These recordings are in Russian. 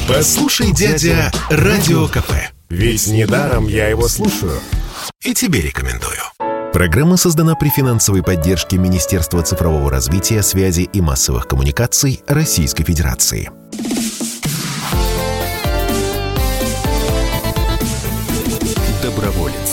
Послушай, дядя, Радио КП. Ведь недаром я его слушаю. И тебе рекомендую. Программа создана при финансовой поддержке Министерства цифрового развития, связи и массовых коммуникаций Российской Федерации. Доброволец.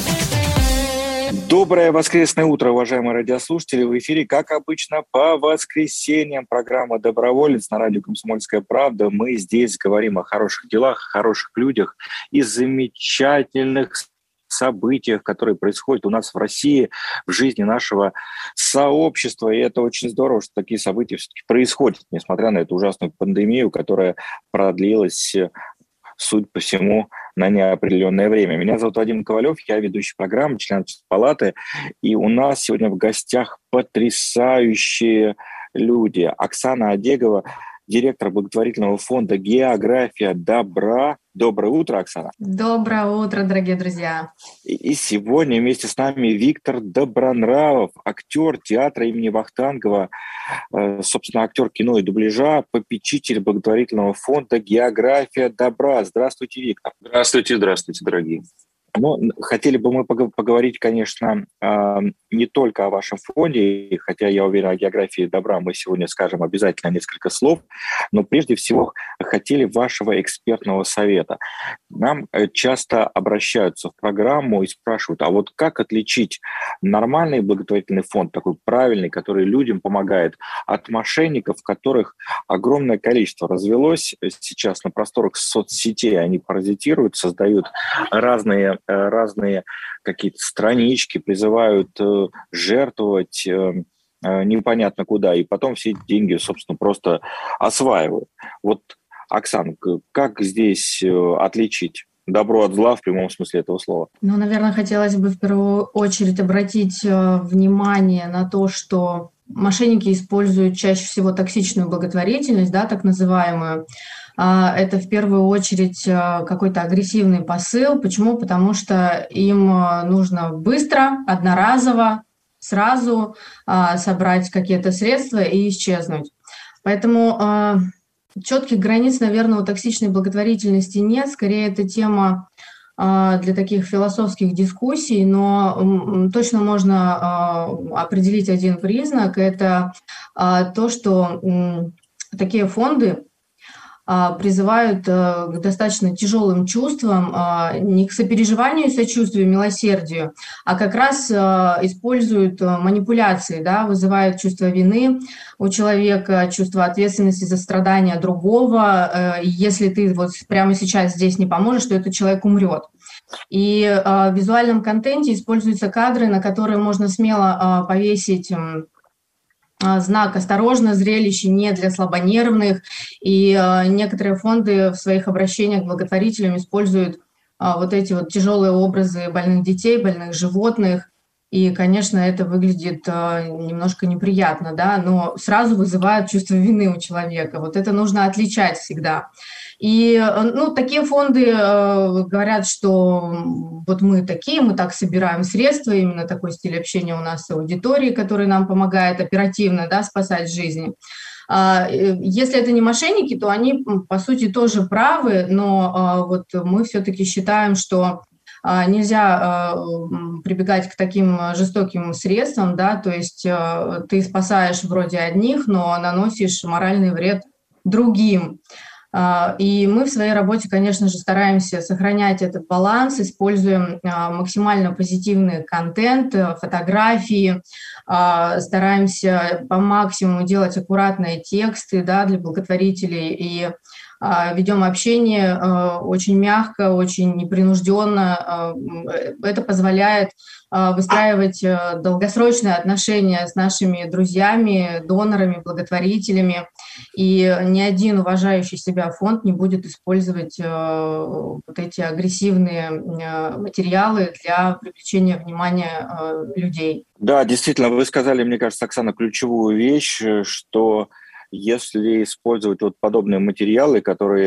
Доброе воскресное утро, уважаемые радиослушатели. В эфире, как обычно, по воскресеньям программа «Доброволец» на радио «Комсомольская правда». Мы здесь говорим о хороших делах, о хороших людях и замечательных событиях, которые происходят у нас в России, в жизни нашего сообщества. И это очень здорово, что такие события все-таки происходят, несмотря на эту ужасную пандемию, которая продлилась, судя по всему, на неопределенное время. Меня зовут Вадим Ковалев, я ведущий программы, член Общественной палаты, и у нас сегодня в гостях потрясающие люди. Оксана Одегова, директор благотворительного фонда «География добра». Доброе утро, Оксана. Доброе утро, дорогие друзья. И сегодня вместе с нами Виктор Добронравов, актер театра имени Вахтангова, собственно, актер кино и дубляжа, попечитель благотворительного фонда «География добра». Здравствуйте, Виктор. Здравствуйте, дорогие. Ну, хотели бы мы поговорить, конечно, не только о вашем фонде, хотя я уверен, о географии добра мы сегодня скажем обязательно несколько слов, но прежде всего хотели вашего экспертного совета. Нам часто обращаются в программу и спрашивают, а вот как отличить нормальный благотворительный фонд, такой правильный, который людям помогает, от мошенников, которых огромное количество развелось сейчас на просторах соцсетей, они паразитируют, создают разные какие-то странички, призывают жертвовать непонятно куда, и потом все эти деньги, собственно, просто осваивают. Вот, Оксана, как здесь отличить добро от зла в прямом смысле этого слова? Ну, наверное, хотелось бы в первую очередь обратить внимание на то, что мошенники используют чаще всего токсичную благотворительность, да, так называемую. Это в первую очередь какой-то агрессивный посыл. Почему? Потому что им нужно быстро, одноразово, сразу собрать какие-то средства и исчезнуть. Поэтому четких границ, наверное, у токсичной благотворительности нет. Скорее, это тема для таких философских дискуссий, но точно можно определить один признак. Это то, что такие фонды призывают к достаточно тяжелым чувствам, не к сопереживанию, сочувствию, милосердию, а как раз используют манипуляции, да, вызывают чувство вины у человека, чувство ответственности за страдания другого. Если ты вот прямо сейчас здесь не поможешь, то этот человек умрет. И в визуальном контенте используются кадры, на которые можно смело повесить знак «Осторожно, зрелище не для слабонервных». И некоторые фонды в своих обращениях к благотворителям используют вот эти вот тяжелые образы больных детей, больных животных. И, конечно, это выглядит немножко неприятно, да, но сразу вызывает чувство вины у человека. Вот это нужно отличать всегда. И, такие фонды говорят, что вот мы такие, мы так собираем средства, именно такой стиль общения у нас с аудиторией, который нам помогает оперативно, да, спасать жизни. Если это не мошенники, то они, по сути, тоже правы, но вот мы все-таки считаем, что нельзя прибегать к таким жестоким средствам, да, то есть ты спасаешь вроде одних, но наносишь моральный вред другим. И мы в своей работе, конечно же, стараемся сохранять этот баланс, используем максимально позитивный контент, фотографии, стараемся по максимуму делать аккуратные тексты, да, для благотворителей и ведем общение очень мягко, очень непринужденно. Это позволяет выстраивать долгосрочные отношения с нашими друзьями, донорами, благотворителями. И ни один уважающий себя фонд не будет использовать вот эти агрессивные материалы для привлечения внимания людей. Да, действительно, вы сказали, мне кажется, Оксана, ключевую вещь, что если использовать вот подобные материалы, которые в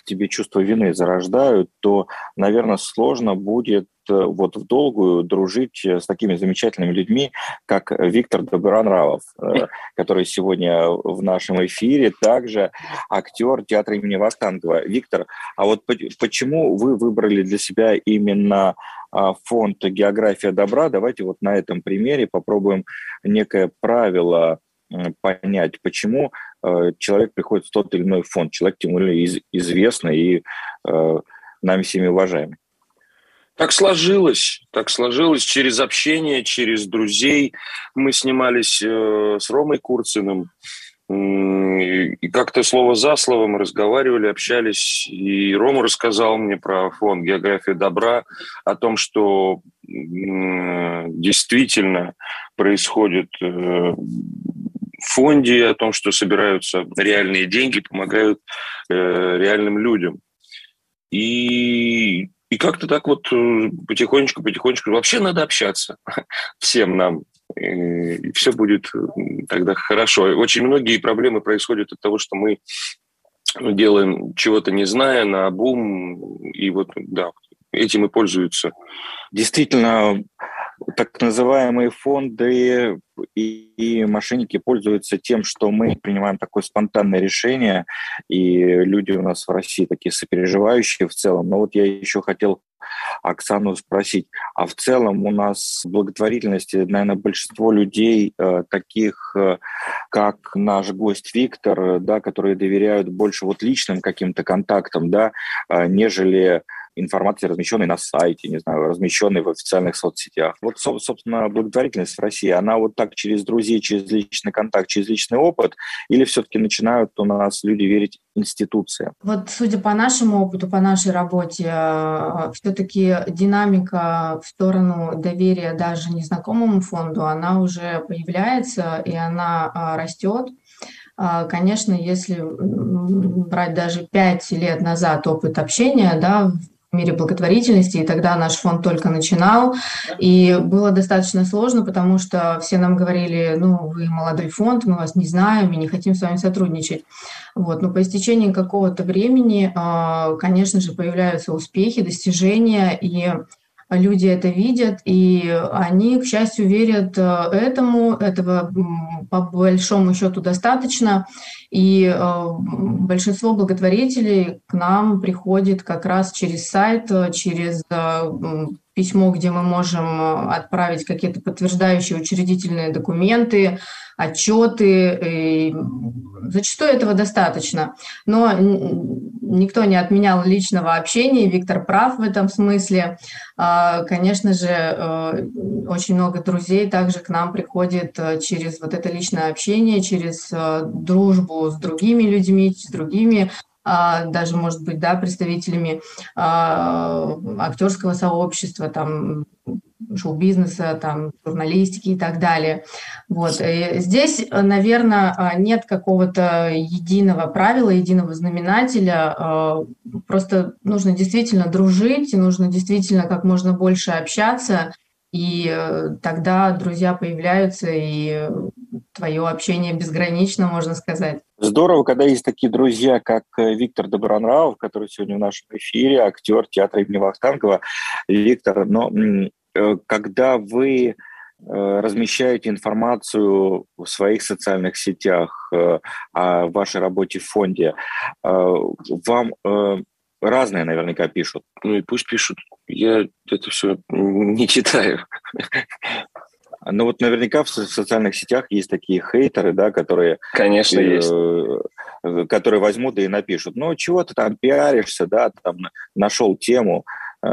к тебе чувство вины зарождают, то, наверное, сложно будет вот в долгую дружить с такими замечательными людьми, как Виктор Добронравов, который сегодня в нашем эфире, также актер театра имени Вахтангова. Виктор, а вот почему вы выбрали для себя именно фонд «География добра»? Давайте вот на этом примере попробуем некое правило понять, почему человек приходит в тот или иной фонд. Человек, тем более, известный и нами всеми уважаемый. Так сложилось через общение, через друзей. Мы снимались с Ромой Курциным, и как-то слово за слово мы разговаривали, общались, и Рома рассказал мне про фонд «География добра», о том, что действительно происходит в фонде, о том, что собираются реальные деньги, помогают реальным людям. И как-то так вот потихонечку. Вообще надо общаться всем нам. И все будет тогда хорошо. Очень многие проблемы происходят от того, что мы делаем чего-то не зная, наобум. И вот, да, этим и пользуются. Действительно, так называемые фонды и мошенники пользуются тем, что мы принимаем такое спонтанное решение, и люди у нас в России такие сопереживающие в целом. Но вот я еще хотел Оксану спросить, а в целом у нас в благотворительности, наверное, большинство людей таких, как наш гость Виктор, да, которые доверяют больше вот личным каким-то контактам, да, нежели информации, размещенной на сайте, не знаю, размещенной в официальных соцсетях. Вот, собственно, благотворительность в России, она вот так через друзей, через личный контакт, через личный опыт, или все-таки начинают у нас люди верить институциям? Вот судя по нашему опыту, по нашей работе, все-таки динамика в сторону доверия даже незнакомому фонду, она уже появляется и она растет. Конечно, если брать даже 5 лет назад опыт общения, да, в мире благотворительности, и тогда наш фонд только начинал, и было достаточно сложно, потому что все нам говорили, ну, вы молодой фонд, мы вас не знаем и не хотим с вами сотрудничать. Вот. Но по истечении какого-то времени, конечно же, появляются успехи, достижения, и люди это видят, и они, к счастью, верят этому, этого по большому счету достаточно, и большинство благотворителей к нам приходит как раз через сайт, через письмо, где мы можем отправить какие-то подтверждающие учредительные документы, отчеты. И зачастую этого достаточно. Но никто не отменял личного общения, Виктор прав в этом смысле. Конечно же, очень много друзей также к нам приходит через вот это личное общение, через дружбу с другими людьми, с другими даже, может быть, да, представителями актерского сообщества, там, шоу-бизнеса, там, журналистики и так далее. Вот. И здесь, наверное, нет какого-то единого правила, единого знаменателя. Просто нужно действительно дружить, нужно действительно как можно больше общаться, и тогда друзья появляются, и твое общение безгранично, можно сказать. Здорово, когда есть такие друзья, как Виктор Добронравов, который сегодня в нашем эфире, актер театра имени Вахтангова. Виктор, но когда вы размещаете информацию в своих социальных сетях о вашей работе в фонде, вам разные наверняка пишут. Ну и пусть пишут. Я это все не читаю. Ну вот наверняка в социальных сетях есть такие хейтеры, да, которые... Конечно, есть. Которые возьмут и напишут, ну чего ты там пиаришься, да, там нашел тему,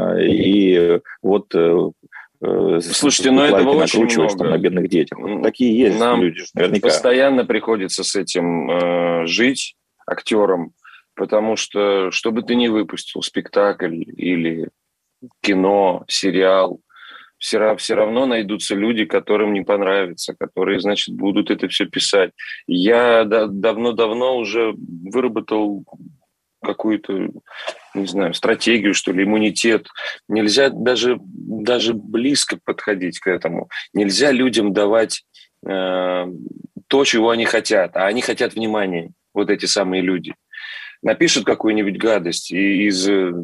и вот... Слушайте, ну этого очень много. Там, на бедных детях. Вот такие есть нам люди, наверняка. Постоянно приходится с этим жить, актерам, потому что, что бы ты ни выпустил, спектакль или кино, сериал, все равно найдутся люди, которым не понравится, которые, значит, будут это все писать. Я давно-давно уже выработал какую-то, не знаю, стратегию, что ли, иммунитет. Нельзя даже близко подходить к этому. Нельзя людям давать то, чего они хотят, а они хотят внимания, вот эти самые люди. напишет какую-нибудь гадость, и из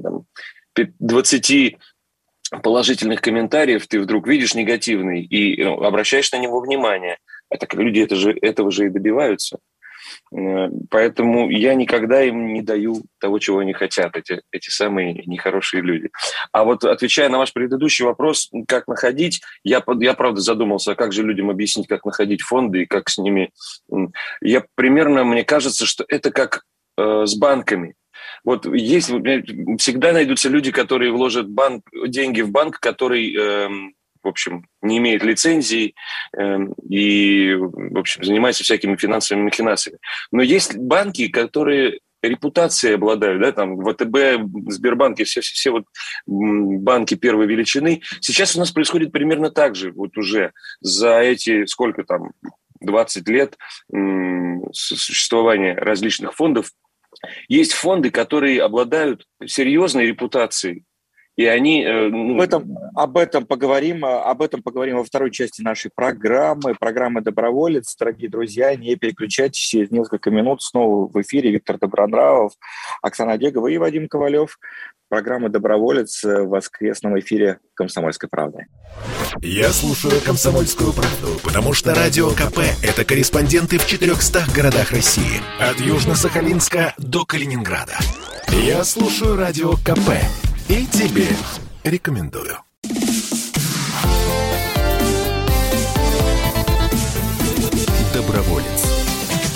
20 положительных комментариев ты вдруг видишь негативный и обращаешь на него внимание. Это люди этого же и добиваются. Поэтому я никогда им не даю того, чего они хотят, эти самые нехорошие люди. А вот отвечая на ваш предыдущий вопрос, как находить, я правда задумался, как же людям объяснить, как находить фонды и как с ними... Мне кажется, что это как с банками. Вот всегда найдутся люди, которые вложат деньги в банк, который... в общем, не имеет лицензии и, в общем, занимается всякими финансовыми махинациями. Но есть банки, которые репутацией обладают, да, там ВТБ, Сбербанк и все вот банки первой величины. Сейчас у нас происходит примерно так же, вот уже за эти, 20 лет существования различных фондов. Есть фонды, которые обладают серьезной репутацией. И они... Об этом поговорим во второй части нашей программы «Доброволец». Дорогие друзья, не переключайтесь, через несколько минут снова в эфире Виктор Добронравов, Оксана Дегова и Вадим Ковалев. Программа «Доброволец» в воскресном эфире «Комсомольской правды». Я слушаю «Комсомольскую правду», потому что Радио КП – это корреспонденты в 400 городах России. От Южно-Сахалинска до Калининграда. Я слушаю Радио КП. И тебе рекомендую. Доброволец.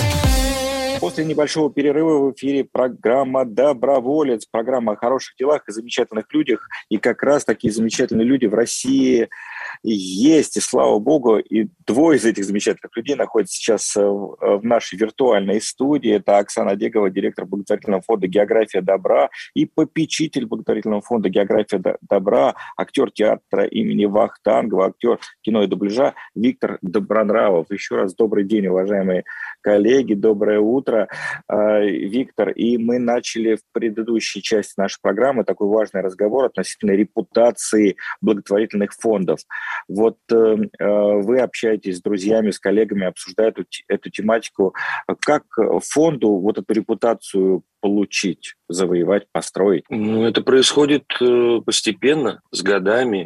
После небольшого перерыва в эфире программа «Доброволец», программа о хороших делах и замечательных людях. И как раз такие замечательные люди в России есть, и слава богу, и двое из этих замечательных людей находятся сейчас в нашей виртуальной студии. Это Оксана Дегова, директор благотворительного фонда «География добра» и попечитель благотворительного фонда «География добра», актер театра имени Вахтангова, актер кино и дубляжа Виктор Добронравов. Еще раз добрый день, уважаемые коллеги, доброе утро, Виктор. И мы начали в предыдущей части нашей программы такой важный разговор относительно репутации благотворительных фондов. Вот вы общаетесь с друзьями, с коллегами, обсуждая эту тематику. Как фонду вот эту репутацию получить, завоевать, построить? Это происходит постепенно, с годами,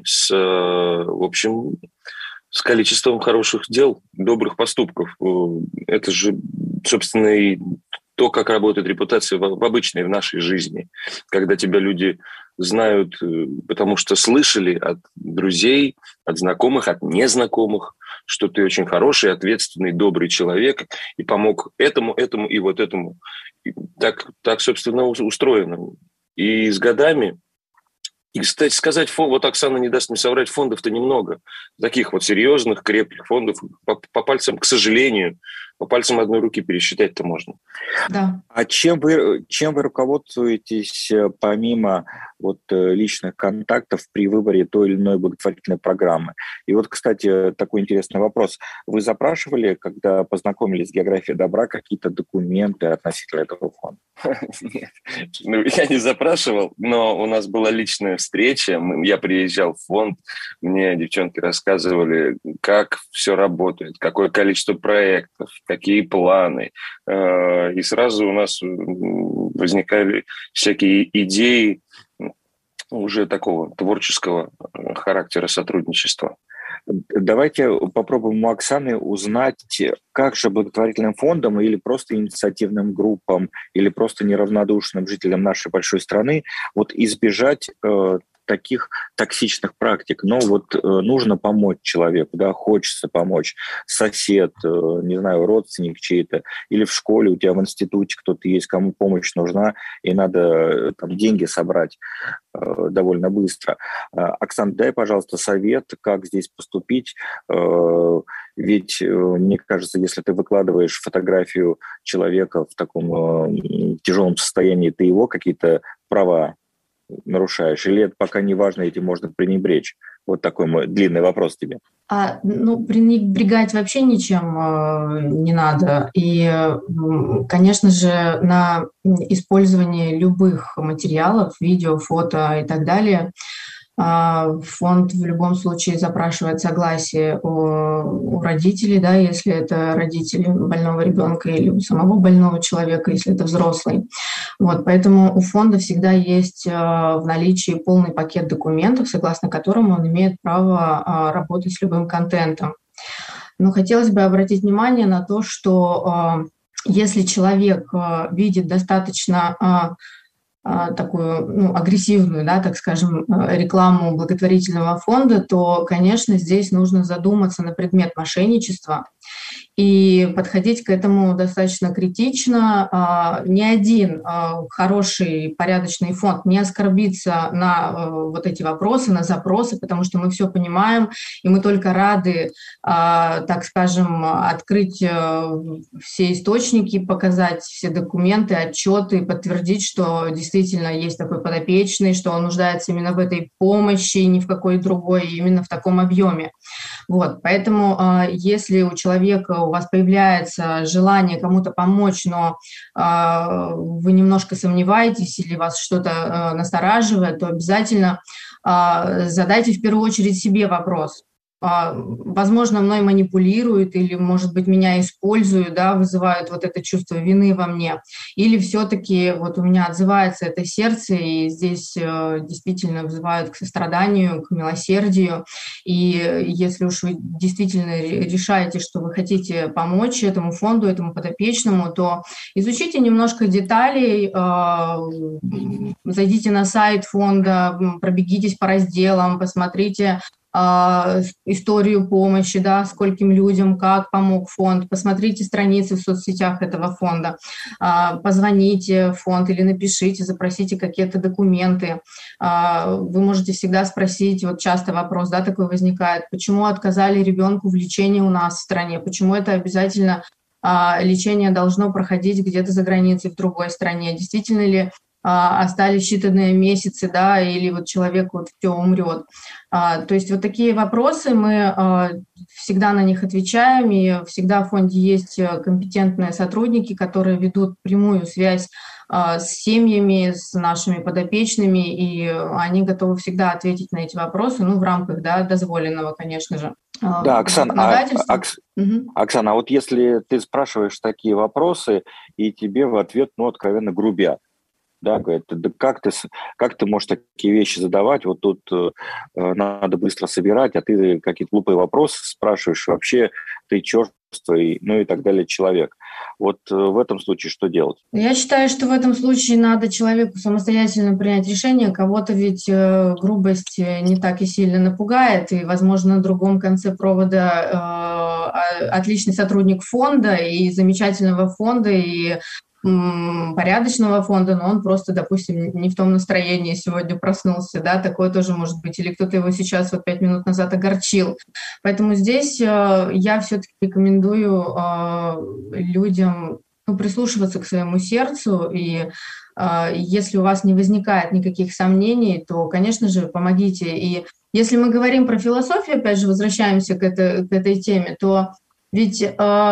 в общем, с количеством хороших дел, добрых поступков. Это же, собственно, и то, как работает репутация в обычной, в нашей жизни. Когда тебя люди знают, потому что слышали от друзей, от знакомых, от незнакомых, что ты очень хороший, ответственный, добрый человек и помог этому и вот этому. И так, собственно, устроено. И с годами... И, кстати сказать, вот Оксана не даст мне соврать, фондов-то немного. Таких вот серьезных, крепких фондов по пальцам, к сожалению, по пальцам одной руки пересчитать-то можно. Да. А чем вы руководствуетесь помимо личных контактов при выборе той или иной благотворительной программы? И вот, кстати, такой интересный вопрос. Вы запрашивали, когда познакомились с «Географией добра», какие-то документы относительно этого фонда? Нет, я не запрашивал, но у нас была личная встреча. Я приезжал в фонд, мне девчонки рассказывали, как все работает, какое количество проектов, какие планы. И сразу у нас возникали всякие идеи уже такого творческого характера сотрудничества. Давайте попробуем у Оксаны узнать, как же благотворительным фондам или просто инициативным группам, или просто неравнодушным жителям нашей большой страны избежать таких токсичных практик. Но нужно помочь человеку, да, хочется помочь. Сосед, не знаю, родственник чей-то, или в школе у тебя в институте кто-то есть, кому помощь нужна, и надо деньги собрать довольно быстро. Оксана, дай, пожалуйста, совет, как здесь поступить. Ведь, мне кажется, если ты выкладываешь фотографию человека в таком тяжелом состоянии, ты его какие-то права нарушаешь? Или это пока не важно, этим можно пренебречь? Вот такой мой длинный вопрос тебе. Пренебрегать вообще ничем не надо. И, конечно же, на использование любых материалов, видео, фото и так далее Фонд в любом случае запрашивает согласие у родителей, да, если это родители больного ребенка или у самого больного человека, если это взрослый. Вот, поэтому у фонда всегда есть в наличии полный пакет документов, согласно которому он имеет право работать с любым контентом. Но хотелось бы обратить внимание на то, что если человек видит достаточно такую агрессивную, да, так скажем, рекламу благотворительного фонда, то, конечно, здесь нужно задуматься на предмет мошенничества и подходить к этому достаточно критично. Ни один хороший, порядочный фонд не оскорбится на вот эти вопросы, на запросы, потому что мы все понимаем, и мы только рады, так скажем, открыть все источники, показать все документы, отчеты, подтвердить, что действительно есть такой подопечный, что он нуждается именно в этой помощи, ни в какой другой, именно в таком объеме. Вот, поэтому если у человека, у вас появляется желание кому-то помочь, но вы немножко сомневаетесь или вас что-то настораживает, то обязательно задайте в первую очередь себе вопрос. Возможно, мной манипулируют или, может быть, меня используют, да, вызывают вот это чувство вины во мне. Или все-таки вот у меня отзывается это сердце, и здесь действительно вызывают к состраданию, к милосердию. И если уж вы действительно решаете, что вы хотите помочь этому фонду, этому подопечному, то изучите немножко деталей, зайдите на сайт фонда, пробегитесь по разделам, посмотрите историю помощи, да, скольким людям, как помог фонд, посмотрите страницы в соцсетях этого фонда, позвоните в фонд или напишите, запросите какие-то документы. Вы можете всегда спросить, вот часто вопрос, да, такой возникает, почему отказали ребенку в лечении у нас в стране, почему это обязательно лечение должно проходить где-то за границей, в другой стране, действительно ли остались считанные месяцы, да, или вот человек вот все умрет. То есть вот такие вопросы, мы всегда на них отвечаем, и всегда в фонде есть компетентные сотрудники, которые ведут прямую связь с семьями, с нашими подопечными, и они готовы всегда ответить на эти вопросы, в рамках, да, дозволенного, конечно же, Да, законодательства. Оксана, а вот если ты спрашиваешь такие вопросы, и тебе в ответ, откровенно грубят, да, говорят, да как ты можешь такие вещи задавать, вот тут надо быстро собирать, а ты какие-то глупые вопросы спрашиваешь, вообще ты черствый, и так далее человек. Вот в этом случае что делать? Я считаю, что в этом случае надо человеку самостоятельно принять решение. Кого-то ведь грубость не так и сильно напугает, и, возможно, на другом конце провода отличный сотрудник фонда и замечательного фонда, и порядочного фонда, но он просто, допустим, не в том настроении сегодня проснулся, да, такое тоже может быть, или кто-то его сейчас 5 минут назад огорчил. Поэтому здесь я все-таки рекомендую людям прислушиваться к своему сердцу, и если у вас не возникает никаких сомнений, то, конечно же, помогите. И если мы говорим про философию, опять же, возвращаемся к этой теме, то ведь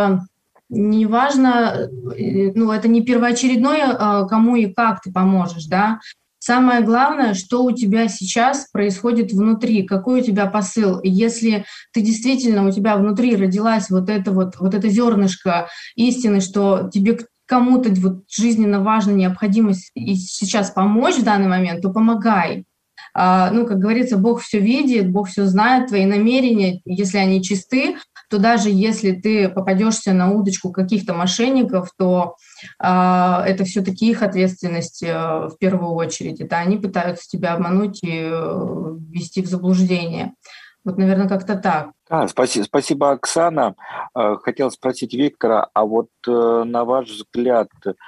неважно, это не первоочередное, кому и как ты поможешь, да. Самое главное, что у тебя сейчас происходит внутри, какой у тебя посыл. И если ты действительно, у тебя внутри родилась вот это зернышко истины, что тебе кому-то жизненно важна необходимость и сейчас помочь в данный момент, то помогай. Как говорится, Бог все видит, Бог все знает, твои намерения, если они чисты, то даже если ты попадешься на удочку каких-то мошенников, то это все-таки их ответственность в первую очередь. Это они пытаются тебя обмануть и ввести в заблуждение. Вот, наверное, как-то так. Спасибо, Оксана. Хотел спросить Виктора, а вот на ваш взгляд,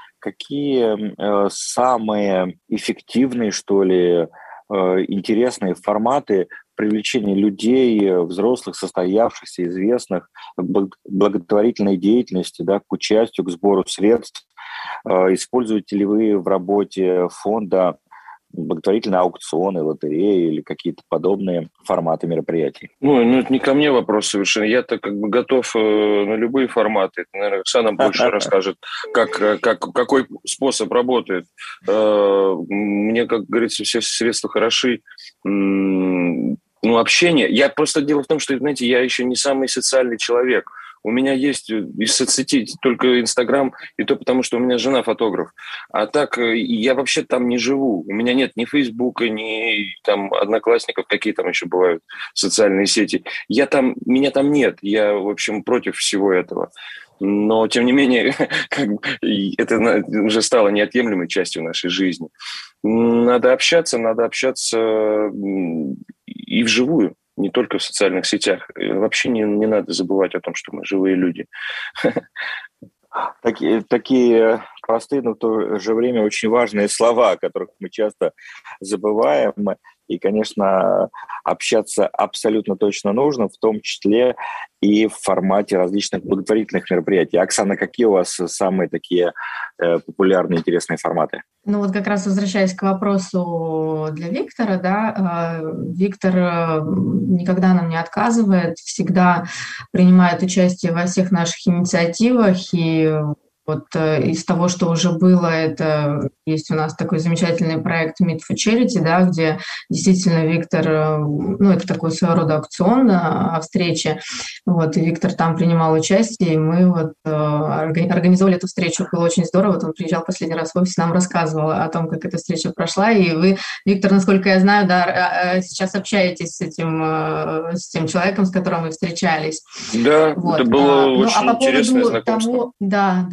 какие самые эффективные, что ли, интересные форматы привлечения людей, взрослых, состоявшихся, известных, к благотворительной деятельности, да, к участию, к сбору средств? Используете ли вы в работе фонда благотворительные аукционы, лотереи или какие-то подобные форматы мероприятий? Это не ко мне вопрос совершенно. Я-то готов на любые форматы. Это, наверное, Оксана больше расскажет, какой способ работает. Мне, как говорится, все средства хороши. общение. Я просто дело в том, что, знаете, я еще не самый социальный человек. У меня есть из соцсетей только Инстаграм, и то потому, что у меня жена фотограф. А так я вообще там не живу. У меня нет ни Фейсбука, ни там Одноклассников, какие там еще бывают социальные сети. Меня там нет. Я, в общем, против всего этого. Но, тем не менее, это уже стало неотъемлемой частью нашей жизни. Надо общаться и вживую, не только в социальных сетях. Вообще не надо забывать о том, что мы живые люди. Такие простые, но в то же время очень важные слова, о которых мы часто забываем. И, конечно, общаться абсолютно точно нужно, в том числе и в формате различных благотворительных мероприятий. Оксана, какие у вас самые такие популярные, интересные форматы? Ну вот как раз возвращаясь к вопросу для Виктора, да, Виктор никогда нам не отказывает, всегда принимает участие во всех наших инициативах, и вот из того, что уже было, это есть у нас такой замечательный проект Meet for Charity, да, где действительно Виктор, это такой своего рода аукцион о встрече, вот, и Виктор там принимал участие, и мы вот организовали эту встречу, было очень здорово, вот он приезжал последний раз в офис, нам рассказывал о том, как эта встреча прошла, и вы, Виктор, насколько я знаю, да, сейчас общаетесь с тем человеком, с которым вы встречались. Да, вот. Это было очень интересное знакомство. Да.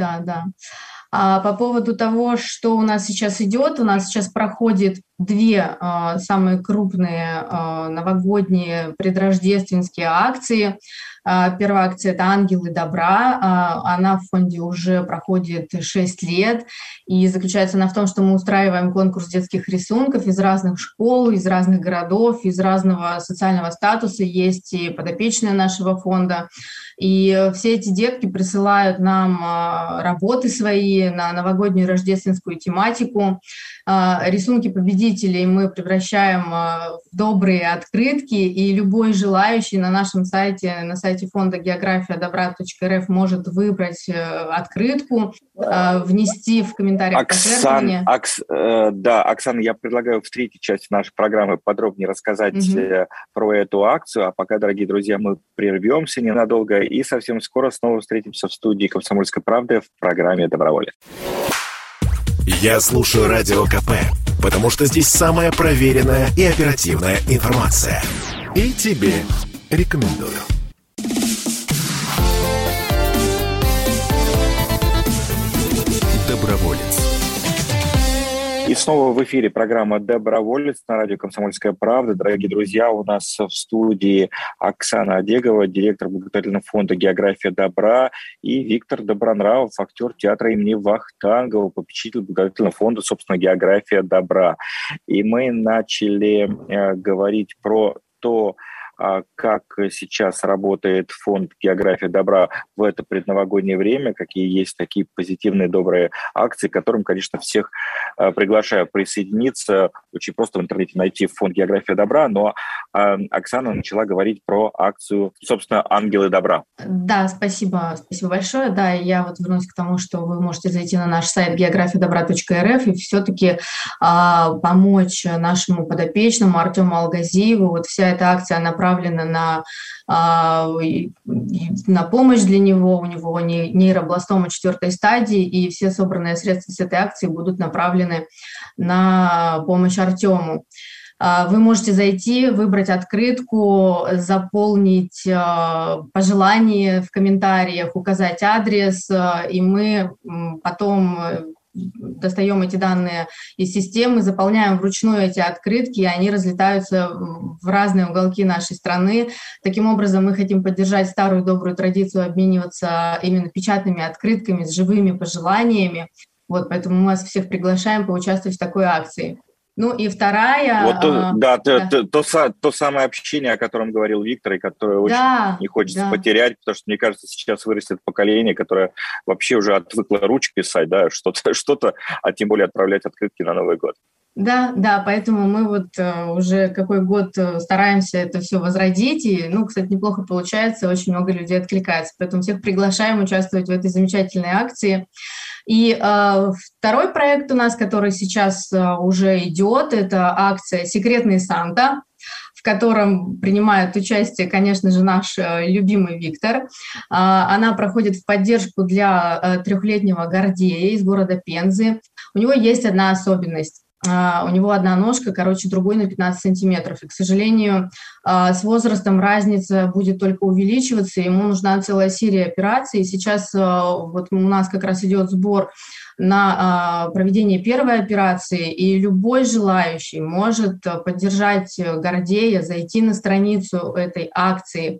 А по поводу того, что у нас сейчас идет, у нас сейчас проходит 2 самые крупные новогодние предрождественские акции. Первая акция – это «Ангелы добра». Она в фонде уже проходит 6 лет. И заключается она в том, что мы устраиваем конкурс детских рисунков из разных школ, из разных городов, из разного социального статуса. Есть и подопечные нашего фонда. И все эти детки присылают нам работы свои на новогоднюю рождественскую тематику. Рисунки победителей мы превращаем в добрые открытки, и любой желающий на нашем сайте, на сайте фонда geografia-добра.рф может выбрать открытку, внести в комментариях пожертвования. Оксана, я предлагаю в третьей части нашей программы подробнее рассказать про эту акцию, а пока, дорогие друзья, мы прервемся ненадолго и совсем скоро снова встретимся в студии «Комсомольской правды» в программе «Доброволец». Я слушаю Радио КП, потому что здесь самая проверенная и оперативная информация. И тебе рекомендую. Доброволец. И снова в эфире программа «Доброволец» на радио «Комсомольская правда». Дорогие друзья, у нас в студии Оксана Одегова, директор благотворительного фонда «География добра», и Виктор Добронравов, актер театра имени Вахтангова, попечитель благотворительного фонда, собственно, «География добра». И мы начали говорить про то, как сейчас работает фонд «География добра» в это предновогоднее время, какие есть такие позитивные, добрые акции, к которым, конечно, всех приглашаю присоединиться. Очень просто в интернете найти фонд «География добра», но Оксана начала говорить про акцию, собственно, «Ангелы добра». Да, спасибо большое. Да, я вот вернусь к тому, что вы можете зайти на наш сайт geografia-добра.рф и все-таки помочь нашему подопечному Артему Алгазиеву. Вот вся эта акция направлена на помощь для него. У него нейробластома 4 стадии, и все собранные средства с этой акции будут направлены на помощь Артему. Вы можете зайти, выбрать открытку, заполнить пожелания в комментариях, указать адрес, и мы потом достаем эти данные из системы, заполняем вручную эти открытки, и они разлетаются в разные уголки нашей страны. Таким образом, мы хотим поддержать старую добрую традицию обмениваться именно печатными открытками с живыми пожеланиями. Вот, поэтому мы вас всех приглашаем поучаствовать в такой акции. Ну и вторая... То самое общение, о котором говорил Виктор, и которое очень не хочется потерять, потому что, мне кажется, сейчас вырастет поколение, которое вообще уже отвыкло ручкой писать, да, что-то, а тем более отправлять открытки на Новый год. Да, поэтому мы вот уже какой год стараемся это все возродить, и, кстати, неплохо получается, очень много людей откликается, поэтому всех приглашаем участвовать в этой замечательной акции. И второй проект у нас, который сейчас уже идет, это акция «Секретный Санта», в котором принимает участие, конечно же, наш любимый Виктор. Она проходит в поддержку для трехлетнего Гордея из города Пензы. У него есть одна особенность. У него одна ножка короче другой на 15 сантиметров. И, к сожалению, с возрастом разница будет только увеличиваться. Ему нужна целая серия операций. Сейчас вот у нас как раз идет сбор на проведение первой операции, и любой желающий может поддержать Гордея, зайти на страницу этой акции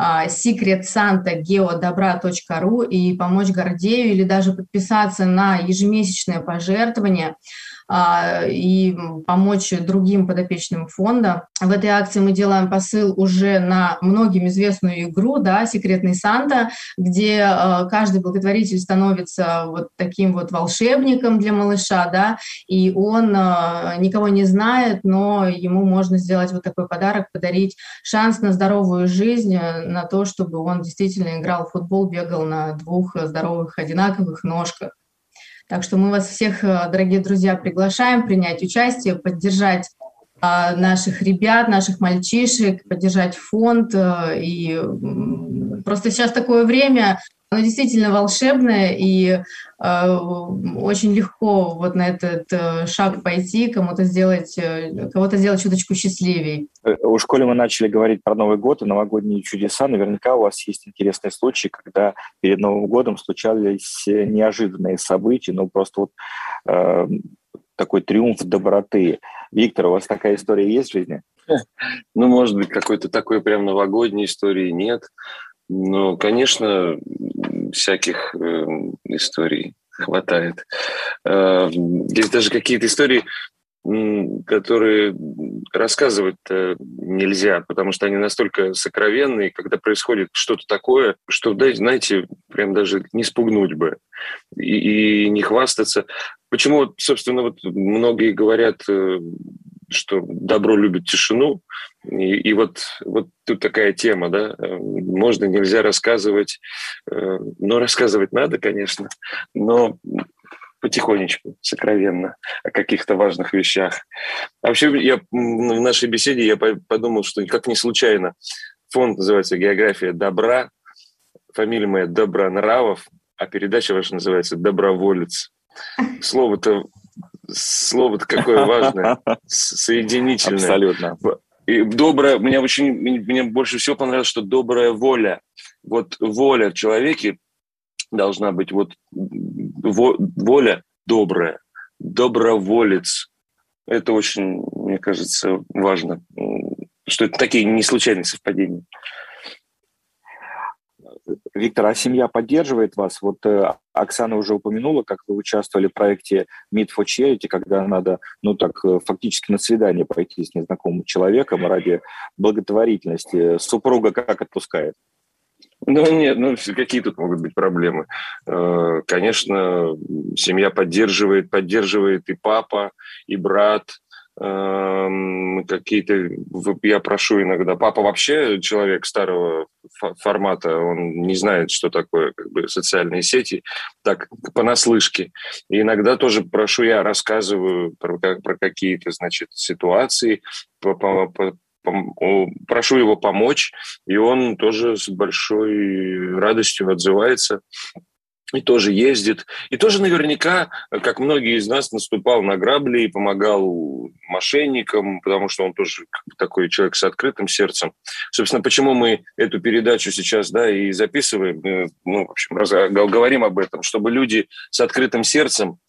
secretsanta.geodobra.ru и помочь Гордею, или даже подписаться на ежемесячное пожертвование и помочь другим подопечным фонда. В этой акции мы делаем посыл уже на многим известную игру, да, «Секретный Санта», где каждый благотворитель становится вот таким вот волшебником для малыша, да, и он никого не знает, но ему можно сделать вот такой подарок, подарить шанс на здоровую жизнь, на то, чтобы он действительно играл в футбол, бегал на двух здоровых одинаковых ножках. Так что мы вас всех, дорогие друзья, приглашаем принять участие, поддержать наших ребят, наших мальчишек, поддержать фонд. И просто сейчас такое время, оно действительно волшебное, и очень легко вот на этот шаг пойти, кого-то сделать чуточку счастливее. Уж коли мы начали говорить про Новый год и новогодние чудеса, наверняка у вас есть интересные случаи, когда перед Новым годом случались неожиданные события, ну просто вот такой триумф доброты. Виктор, у вас такая история есть в жизни? Ну, может быть, какой-то такой прям новогодней истории нет. Но, конечно, всяких историй хватает. Есть даже какие-то истории, которые рассказывать-то нельзя, потому что они настолько сокровенные, когда происходит что-то такое, что, знаете, прям даже не спугнуть бы и не хвастаться. Почему, собственно, вот многие говорят, что добро любит тишину, и вот тут такая тема, да, можно, нельзя рассказывать, но рассказывать надо, конечно, но потихонечку, сокровенно, о каких-то важных вещах. А вообще, в нашей беседе я подумал, что как не случайно фонд называется «География добра», фамилия моя Добронравов, а передача ваша называется «Доброволец». Слово-то какое важное, соединительное. Абсолютно. И доброе, мне больше всего понравилось, что добрая воля. Вот воля в человеке должна быть, вот воля добрая, доброволец. Это очень, мне кажется, важно, что это такие не случайные совпадения. Виктор, а семья поддерживает вас? Вот Оксана уже упомянула, как вы участвовали в проекте Meet for Charity, когда надо, фактически на свидание пойти с незнакомым человеком ради благотворительности. Супруга как отпускает? Нет, какие тут могут быть проблемы? Конечно, семья поддерживает и папа, и брат. Какие-то, я прошу иногда, папа вообще человек старого формата, он не знает, что такое социальные сети, так понаслышке. И иногда тоже прошу, я рассказываю про какие-то, ситуации, прошу его помочь, и он тоже с большой радостью отзывается. И тоже ездит. И тоже наверняка, как многие из нас, наступал на грабли и помогал мошенникам, потому что он тоже такой человек с открытым сердцем. Собственно, почему мы эту передачу сейчас, и записываем, говорим об этом, чтобы люди с открытым сердцем,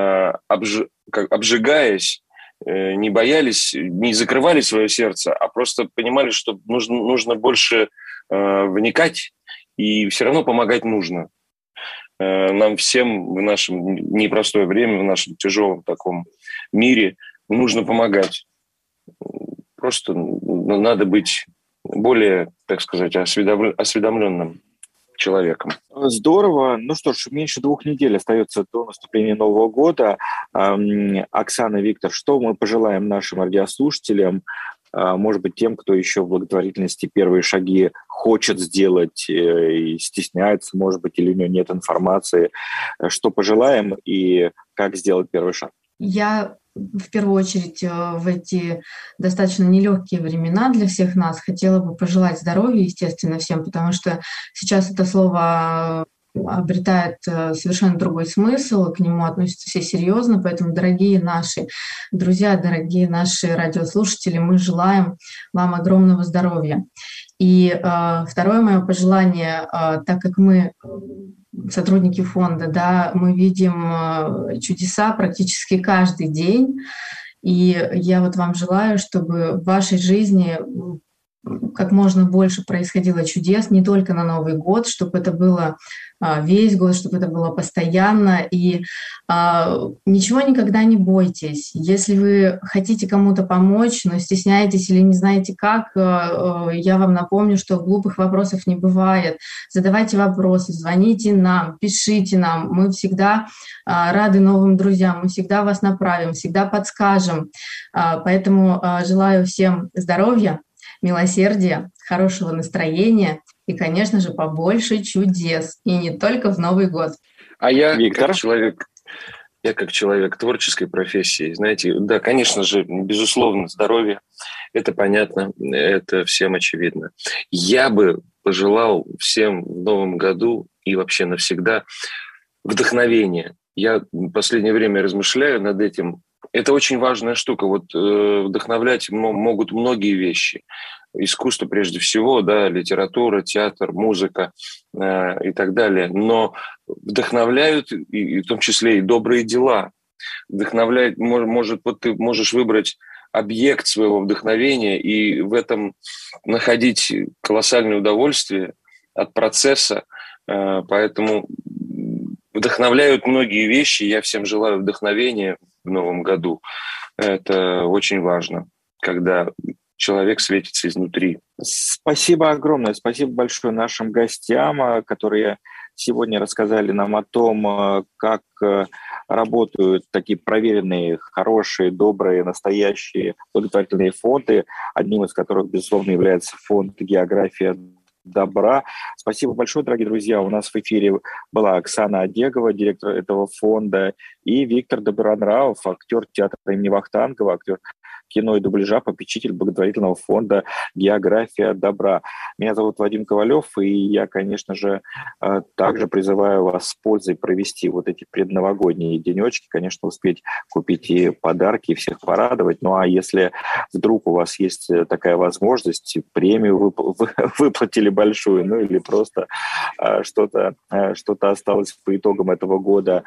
обжигаясь, не боялись, не закрывали свое сердце, а просто понимали, что нужно больше вникать, и все равно помогать нужно. Нам всем в нашем непростое время, в нашем тяжелом таком мире нужно помогать. Просто надо быть более, так сказать, осведомленным человеком. Здорово. Ну что ж, меньше 2 недель остается до наступления Нового года. Оксана, Виктор, что мы пожелаем нашим радиослушателям может быть, тем, кто еще в благотворительности первые шаги хочет сделать и стесняется, может быть, или у него нет информации, что пожелаем и как сделать первый шаг? Я в первую очередь в эти достаточно нелегкие времена для всех нас хотела бы пожелать здоровья, естественно, всем, потому что сейчас это слово обретает совершенно другой смысл, к нему относятся все серьезно, поэтому, дорогие наши друзья, дорогие наши радиослушатели, мы желаем вам огромного здоровья. И второе мое пожелание, так как мы сотрудники фонда, да, мы видим чудеса практически каждый день, и я вот вам желаю, чтобы в вашей жизни как можно больше происходило чудес, не только на Новый год, чтобы это было весь год, чтобы это было постоянно. И ничего никогда не бойтесь. Если вы хотите кому-то помочь, но стесняетесь или не знаете как, я вам напомню, что глупых вопросов не бывает. Задавайте вопросы, звоните нам, пишите нам. Мы всегда рады новым друзьям, мы всегда вас направим, всегда подскажем. Поэтому желаю всем здоровья, милосердия, хорошего настроения и, конечно же, побольше чудес. И не только в Новый год. А я как человек творческой профессии, знаете, да, конечно же, безусловно, здоровье, это понятно, это всем очевидно. Я бы пожелал всем в новом году и вообще навсегда вдохновения. Я в последнее время размышляю над этим. Это очень важная штука. Вот вдохновлять могут многие вещи. Искусство прежде всего, да, литература, театр, музыка и так далее. Но вдохновляют, и в том числе и добрые дела. Вдохновляет, может, вот ты можешь выбрать объект своего вдохновения и в этом находить колоссальное удовольствие от процесса. Поэтому вдохновляют многие вещи. Я всем желаю вдохновения в новом году. Это очень важно, когда человек светится изнутри. Спасибо огромное. Спасибо большое нашим гостям, которые сегодня рассказали нам о том, как работают такие проверенные, хорошие, добрые, настоящие благотворительные фонды, одним из которых, безусловно, является фонд «География добра». Спасибо большое, дорогие друзья. У нас в эфире была Оксана Одегова, директор этого фонда, и Виктор Добронравов, актер театра имени Вахтангова, актер кино и дубляжа, попечитель благотворительного фонда «География добра». Меня зовут Вадим Ковалев, и я, конечно же, также призываю вас с пользой провести вот эти предновогодние денечки, конечно, успеть купить и подарки, и всех порадовать. Ну а если вдруг у вас есть такая возможность, премию выплатили большую, ну или просто что-то осталось по итогам этого года,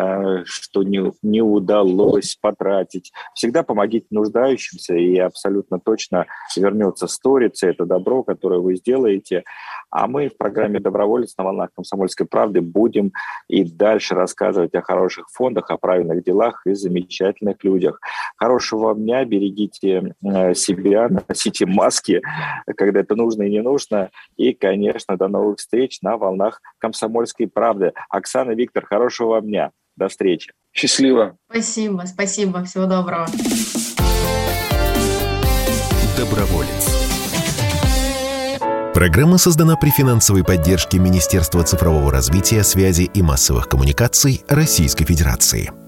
что не удалось потратить, всегда помогите нуждающимся, и абсолютно точно вернется сторица, это добро, которое вы сделаете. А мы в программе «Доброволец» на волнах «Комсомольской правды» будем и дальше рассказывать о хороших фондах, о правильных делах и замечательных людях. Хорошего вам дня, берегите себя, носите маски, когда это нужно и не нужно. И, конечно, до новых встреч на волнах «Комсомольской правды». Оксана, Виктор, хорошего вам дня. До встречи. Счастливо. Спасибо. Всего доброго. Доброволец. Программа создана при финансовой поддержке Министерства цифрового развития, связи и массовых коммуникаций Российской Федерации.